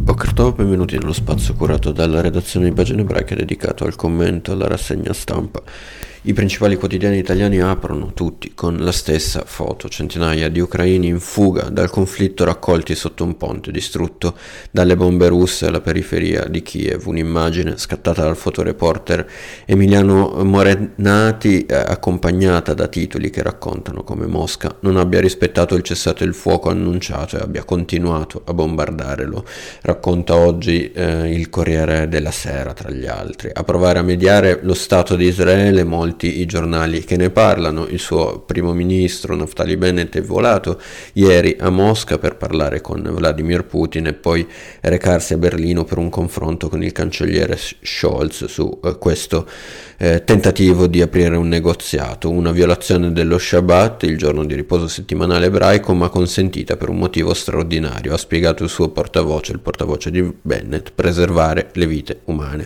Boker Tov, benvenuti nello spazio curato dalla redazione di Pagine Ebraiche dedicato al commento alla rassegna stampa. I principali quotidiani italiani aprono tutti con la stessa foto: centinaia di ucraini in fuga dal conflitto raccolti sotto un ponte distrutto dalle bombe russe alla periferia di Kiev. Un'immagine scattata dal fotoreporter Emiliano Morenati, accompagnata da titoli che raccontano come Mosca non abbia rispettato il cessate il fuoco annunciato e abbia continuato a bombardare. Lo racconta oggi il Corriere della Sera, tra gli altri. A provare a mediare lo Stato di Israele, molti i giornali che ne parlano. Il suo primo ministro Naftali Bennett è volato ieri a Mosca per parlare con Vladimir Putin e poi recarsi a Berlino per un confronto con il cancelliere Scholz su questo tentativo di aprire un negoziato, una violazione dello Shabbat, il giorno di riposo settimanale ebraico, ma consentita per un motivo straordinario, ha spiegato il suo portavoce, il portavoce di Bennett: preservare le vite umane.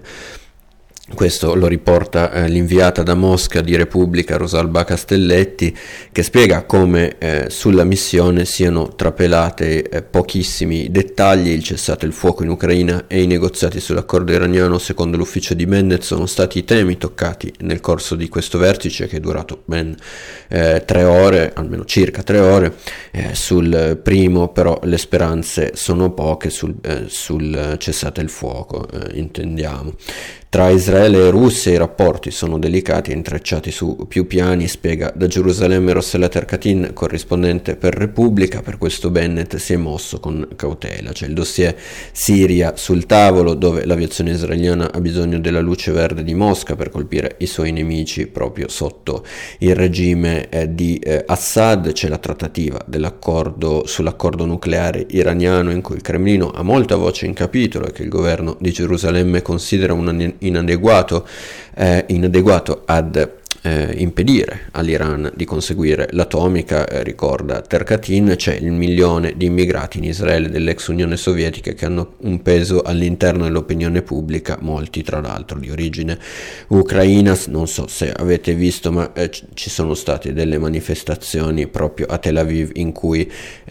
Questo lo riporta l'inviata da Mosca di Repubblica Rosalba Castelletti, che spiega come sulla missione siano trapelate pochissimi dettagli. Il cessate il fuoco in Ucraina e i negoziati sull'accordo iraniano, secondo l'ufficio di Bennett, sono stati i temi toccati nel corso di questo vertice, che è durato ben 3 ore, almeno circa 3 ore. Sul primo però le speranze sono poche, sul cessate il fuoco intendiamo. Tra Israele e Russia i rapporti sono delicati e intrecciati su più piani, spiega da Gerusalemme Rossella Tercatin, corrispondente per Repubblica. Per questo Bennett si è mosso con cautela. C'è il dossier Siria sul tavolo, dove l'aviazione israeliana ha bisogno della luce verde di Mosca per colpire i suoi nemici proprio sotto il regime di Assad. C'è la trattativa sull'accordo nucleare iraniano, in cui il Cremlino ha molta voce in capitolo e che il governo di Gerusalemme considera inadeguato ad impedire all'Iran di conseguire l'atomica. Ricorda Tercatin, c'è 1 milione di immigrati in Israele dell'ex Unione Sovietica che hanno un peso all'interno dell'opinione pubblica, molti tra l'altro di origine ucraina. Non so se avete visto, ma ci sono state delle manifestazioni proprio a Tel Aviv in cui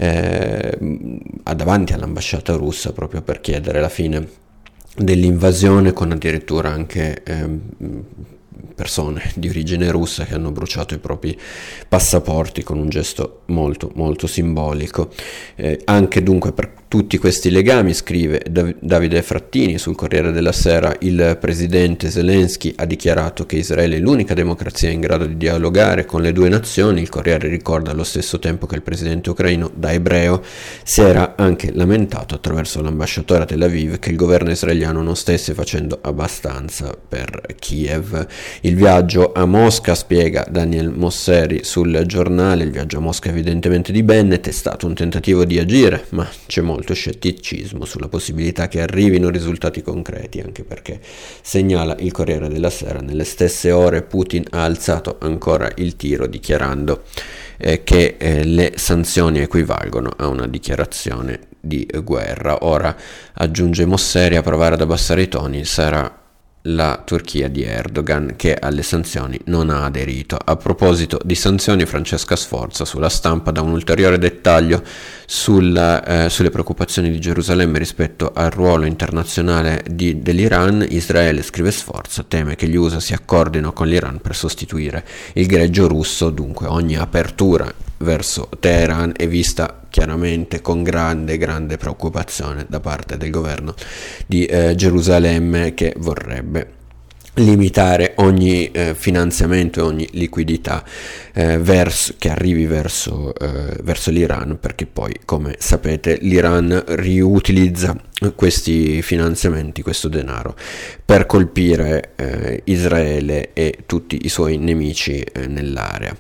davanti all'ambasciata russa, proprio per chiedere la fine dell'invasione, con addirittura anche persone di origine russa che hanno bruciato i propri passaporti, con un gesto molto molto simbolico. Anche dunque per tutti questi legami, scrive Davide Frattini sul Corriere della Sera, il presidente Zelensky ha dichiarato che Israele è l'unica democrazia in grado di dialogare con le due nazioni. Il Corriere ricorda allo stesso tempo che il presidente ucraino, da ebreo, si era anche lamentato attraverso l'ambasciatore a Tel Aviv che il governo israeliano non stesse facendo abbastanza per Kiev. Il viaggio a Mosca, spiega Daniel Mosseri sul giornale, il viaggio a Mosca evidentemente di Bennett è stato un tentativo di agire, ma c'è molto scetticismo sulla possibilità che arrivino risultati concreti, anche perché, segnala il Corriere della Sera, nelle stesse ore Putin ha alzato ancora il tiro, dichiarando che le sanzioni equivalgono a una dichiarazione di guerra. Ora, aggiunge Mosseri, a provare ad abbassare i toni sarà la Turchia di Erdogan, che alle sanzioni non ha aderito. A proposito di sanzioni, Francesca Sforza sulla Stampa dà un ulteriore dettaglio sulle preoccupazioni di Gerusalemme rispetto al ruolo internazionale dell'Iran. Israele, scrive Sforza, teme che gli USA si accordino con l'Iran per sostituire il greggio russo. Dunque ogni apertura verso Teheran è vista chiaramente con grande preoccupazione da parte del governo di Gerusalemme, che vorrebbe limitare ogni finanziamento e ogni liquidità che arrivi verso l'Iran, perché poi, come sapete, l'Iran riutilizza questi finanziamenti, questo denaro, per colpire Israele e tutti i suoi nemici nell'area.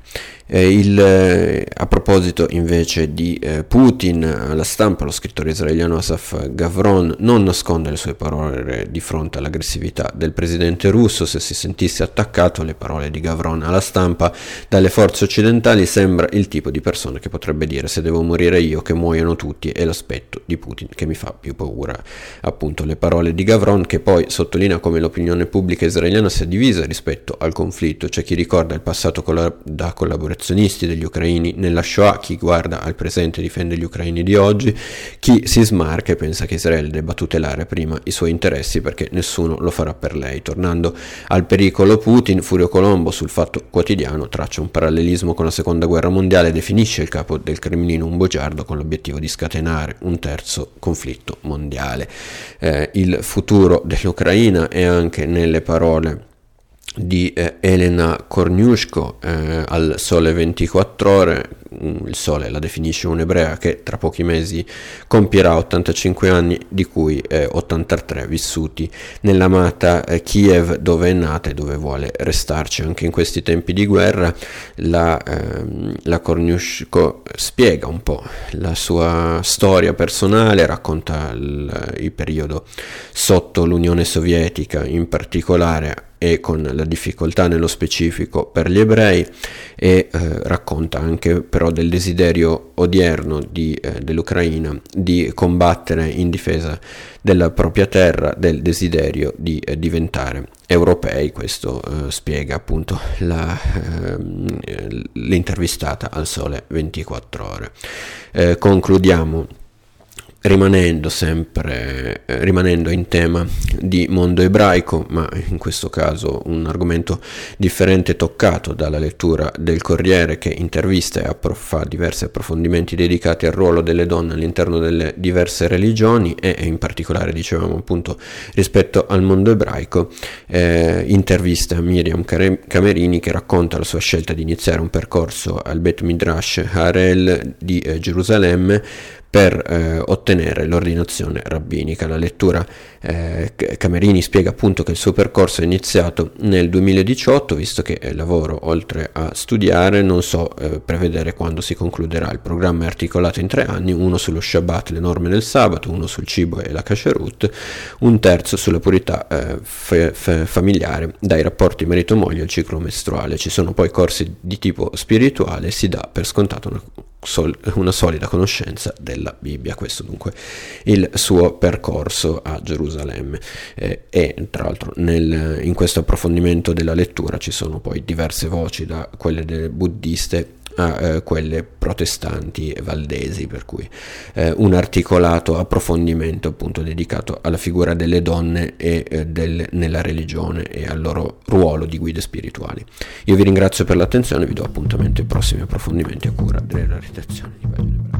A proposito invece di Putin, alla Stampa lo scrittore israeliano Asaf Gavron non nasconde le sue parole di fronte all'aggressività del presidente russo. Se si sentisse attaccato, le parole di Gavron alla Stampa, dalle forze occidentali, sembra il tipo di persona che potrebbe dire: se devo morire io, che muoiano tutti, è l'aspetto di Putin che mi fa più paura. Ora appunto le parole di Gavron, che poi sottolinea come l'opinione pubblica israeliana sia divisa rispetto al conflitto. C'è chi ricorda il passato da collaborazionisti degli ucraini nella Shoah, chi guarda al presente e difende gli ucraini di oggi, chi si smarca e pensa che Israele debba tutelare prima i suoi interessi perché nessuno lo farà per lei. Tornando al pericolo Putin, Furio Colombo sul Fatto Quotidiano traccia un parallelismo con la seconda guerra mondiale e definisce il capo del Cremlino un bugiardo con l'obiettivo di scatenare un terzo conflitto mondiale. Il futuro dell'Ucraina è anche nelle parole di Elena Korniushko al Sole 24 Ore. Il Sole la definisce un'ebrea che tra pochi mesi compierà 85 anni, di cui 83 vissuti nell'amata Kiev, dove è nata e dove vuole restarci anche in questi tempi di guerra. La Korniushko spiega un po' la sua storia personale, racconta il periodo sotto l'Unione Sovietica in particolare e con la difficoltà nello specifico per gli ebrei, e racconta anche però del desiderio odierno dell'Ucraina di combattere in difesa della propria terra, del desiderio di diventare europei. Questo spiega appunto l'intervistata al Sole 24 Ore. Concludiamo rimanendo in tema di mondo ebraico, ma in questo caso un argomento differente toccato dalla lettura del Corriere, che intervista e fa diversi approfondimenti dedicati al ruolo delle donne all'interno delle diverse religioni e in particolare, dicevamo appunto, rispetto al mondo ebraico. Intervista Miriam Camerini, che racconta la sua scelta di iniziare un percorso al Bet Midrash Harel di Gerusalemme per ottenere l'ordinazione rabbinica. La lettura Camerini spiega appunto che il suo percorso è iniziato nel 2018, visto che lavoro oltre a studiare, non so prevedere quando si concluderà. Il programma è articolato in 3 anni, uno sullo Shabbat, le norme del sabato, uno sul cibo e la kasherut, un terzo sulla purità familiare, dai rapporti marito-moglie al ciclo mestruale. Ci sono poi corsi di tipo spirituale, si dà per scontato una solida conoscenza della Bibbia. Questo dunque il suo percorso a Gerusalemme, e tra l'altro in questo approfondimento della lettura ci sono poi diverse voci, da quelle delle buddiste a quelle protestanti e valdesi, per cui un articolato approfondimento appunto dedicato alla figura delle donne e nella religione e al loro ruolo di guide spirituali. Io vi ringrazio per l'attenzione, vi do appuntamento ai prossimi approfondimenti a cura della redazione di Pagine Ebraiche.